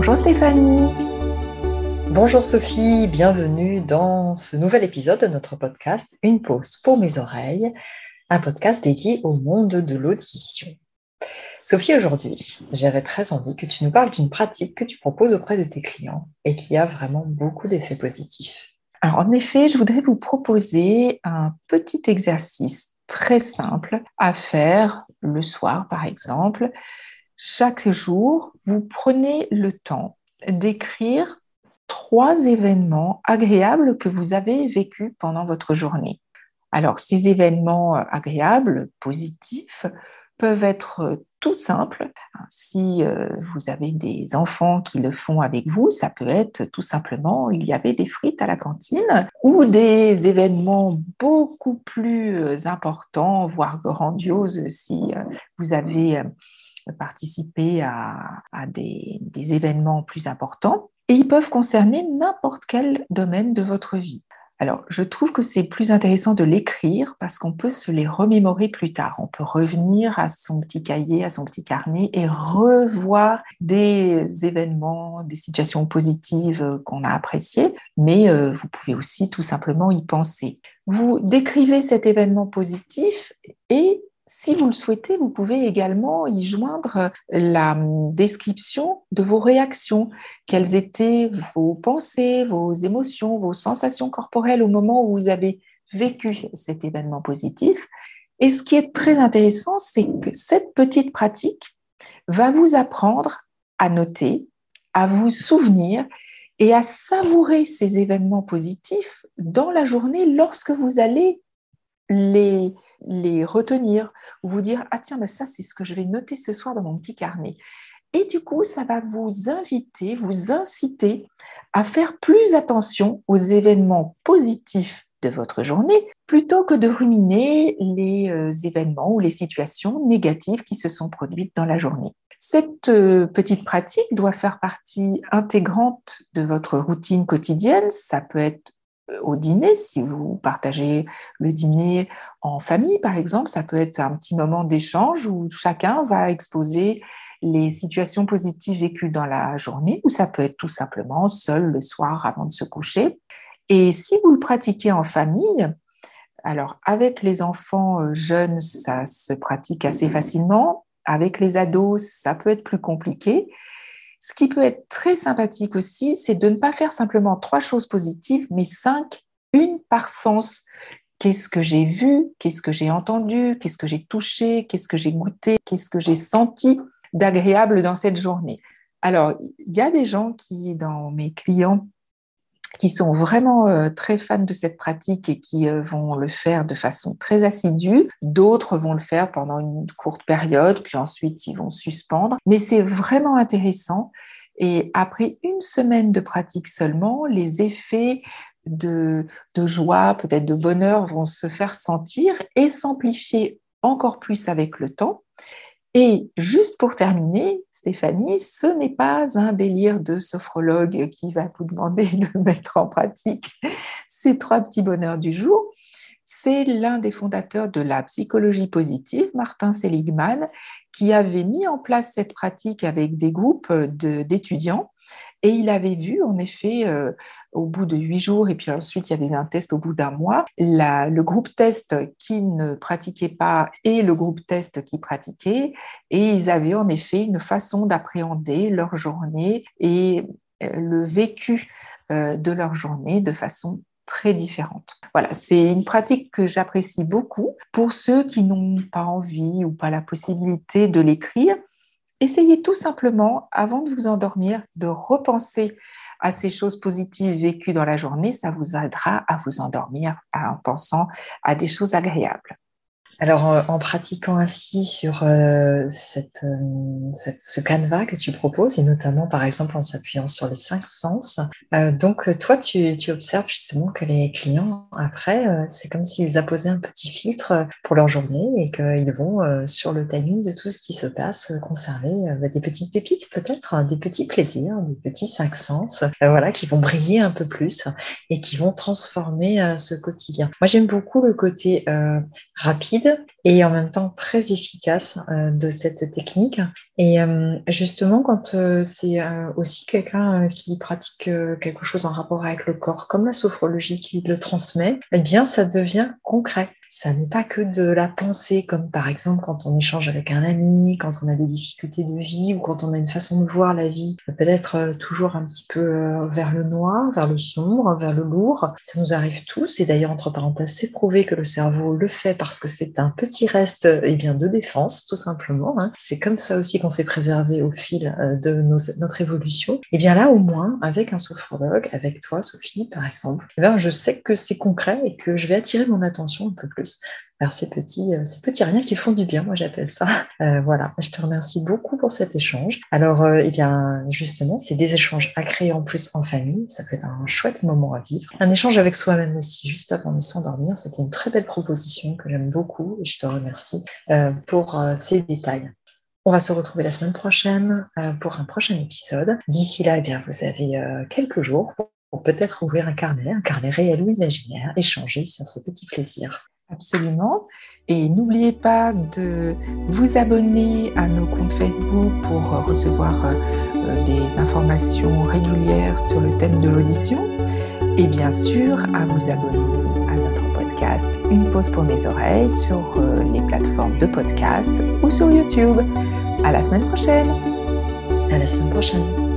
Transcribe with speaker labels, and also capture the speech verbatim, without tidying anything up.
Speaker 1: Bonjour Stéphanie.
Speaker 2: Bonjour Sophie, bienvenue dans ce nouvel épisode de notre podcast Une pause pour mes oreilles, un podcast dédié au monde de l'audition. Sophie, aujourd'hui, j'avais très envie que tu nous parles d'une pratique que tu proposes auprès de tes clients et qui a vraiment beaucoup d'effets positifs.
Speaker 1: Alors en effet, je voudrais vous proposer un petit exercice très simple à faire le soir par exemple. Chaque jour, vous prenez le temps d'écrire trois événements agréables que vous avez vécus pendant votre journée. Alors, ces événements agréables, positifs, peuvent être tout simples. Si euh, vous avez des enfants qui le font avec vous, ça peut être tout simplement, il y avait des frites à la cantine, ou des événements beaucoup plus importants, voire grandioses si euh, vous avez participé à, à des, des événements plus importants. Et ils peuvent concerner n'importe quel domaine de votre vie. Alors, je trouve que c'est plus intéressant de l'écrire parce qu'on peut se les remémorer plus tard. On peut revenir à son petit cahier, à son petit carnet et revoir des événements, des situations positives qu'on a appréciées, mais euh, vous pouvez aussi tout simplement y penser. Vous décrivez cet événement positif et si vous le souhaitez, vous pouvez également y joindre la description de vos réactions. Quelles étaient vos pensées, vos émotions, vos sensations corporelles au moment où vous avez vécu cet événement positif. Et ce qui est très intéressant, c'est que cette petite pratique va vous apprendre à noter, à vous souvenir et à savourer ces événements positifs dans la journée lorsque vous allez les, les retenir, ou vous dire « Ah tiens, ben ça c'est ce que je vais noter ce soir dans mon petit carnet ». Et du coup, ça va vous inviter, vous inciter à faire plus attention aux événements positifs de votre journée plutôt que de ruminer les euh, événements ou les situations négatives qui se sont produites dans la journée. Cette euh, petite pratique doit faire partie intégrante de votre routine quotidienne. Ça peut être au dîner, si vous partagez le dîner en famille, par exemple, ça peut être un petit moment d'échange où chacun va exposer les situations positives vécues dans la journée, ou ça peut être tout simplement seul le soir avant de se coucher. Et si vous le pratiquez en famille, alors avec les enfants jeunes, ça se pratique assez facilement. Avec les ados, ça peut être plus compliqué. Ce qui peut être très sympathique aussi, c'est de ne pas faire simplement trois choses positives, mais cinq, une par sens. Qu'est-ce que j'ai vu? Qu'est-ce que j'ai entendu? Qu'est-ce que j'ai touché? Qu'est-ce que j'ai goûté? Qu'est-ce que j'ai senti d'agréable dans cette journée? Alors, il y a des gens qui, dans mes clients, qui sont vraiment euh, très fans de cette pratique et qui euh, vont le faire de façon très assidue. D'autres vont le faire pendant une courte période, puis ensuite ils vont suspendre. Mais c'est vraiment intéressant. Et après une semaine de pratique seulement, les effets de, de joie, peut-être de bonheur, vont se faire sentir et s'amplifier encore plus avec le temps. Et juste pour terminer, Stéphanie, ce n'est pas un délire de sophrologue qui va vous demander de mettre en pratique ces trois petits bonheurs du jour. C'est l'un des fondateurs de la psychologie positive, Martin Seligman, qui avait mis en place cette pratique avec des groupes de, d'étudiants. Et il avait vu, en effet, euh, au bout de huit jours, et puis ensuite il y avait eu un test au bout d'un mois, la, le groupe test qui ne pratiquait pas et le groupe test qui pratiquait. Et ils avaient en effet une façon d'appréhender leur journée et euh, le vécu euh, de leur journée de façon très différente. Voilà, c'est une pratique que j'apprécie beaucoup. Pour ceux qui n'ont pas envie ou pas la possibilité de l'écrire, essayez tout simplement, avant de vous endormir, de repenser à ces choses positives vécues dans la journée. Ça vous aidera à vous endormir en pensant à des choses agréables.
Speaker 2: Alors, en pratiquant ainsi sur euh, cette, euh, cette, ce canevas que tu proposes, et notamment, par exemple, en s'appuyant sur les cinq sens, euh, donc toi, tu, tu observes justement que les clients, après, euh, c'est comme s'ils apposaient un petit filtre pour leur journée et qu'ils vont, euh, sur le timing de tout ce qui se passe, euh, conserver euh, des petites pépites peut-être, hein, des petits plaisirs, des petits cinq sens, euh, voilà, qui vont briller un peu plus et qui vont transformer euh, ce quotidien. Moi, j'aime beaucoup le côté euh, rapide, rapide et en même temps très efficace euh, de cette technique. Et euh, justement, quand euh, c'est euh, aussi quelqu'un euh, qui pratique euh, quelque chose en rapport avec le corps, comme la sophrologie qui le transmet, eh bien, ça devient concret. Ça n'est pas que de la pensée, comme par exemple quand on échange avec un ami, quand on a des difficultés de vie ou quand on a une façon de voir la vie, peut-être euh, toujours un petit peu euh, vers le noir, vers le sombre, vers le lourd. Ça nous arrive tous et d'ailleurs, entre parenthèses, c'est prouvé que le cerveau le fait parce que c'est un petit reste eh bien, de défense, tout simplement. Hein. C'est comme ça aussi qu'on s'est préservé au fil euh, de nos, notre évolution. Et bien là, au moins, avec un sophrologue, avec toi, Sophie, par exemple, eh bien, je sais que c'est concret et que je vais attirer mon attention un peu plus vers ces petits, euh, ces petits riens qui font du bien, moi j'appelle ça. Euh, voilà, je te remercie beaucoup pour cet échange. Alors, euh, eh bien, justement, c'est des échanges à créer en plus en famille. Ça peut être un chouette moment à vivre. Un échange avec soi-même aussi, juste avant de s'endormir. C'était une très belle proposition que j'aime beaucoup et je te remercie euh, pour euh, ces détails. On va se retrouver la semaine prochaine euh, pour un prochain épisode. D'ici là, eh bien, vous avez euh, quelques jours pour, pour peut-être ouvrir un carnet, un carnet réel ou imaginaire, échanger sur ces petits plaisirs.
Speaker 1: Absolument. Et n'oubliez pas de vous abonner à nos comptes Facebook pour recevoir des informations régulières sur le thème de l'audition. Et bien sûr, à vous abonner à notre podcast Une pause pour mes oreilles sur les plateformes de podcast ou sur YouTube. À la semaine prochaine.
Speaker 2: À la semaine prochaine.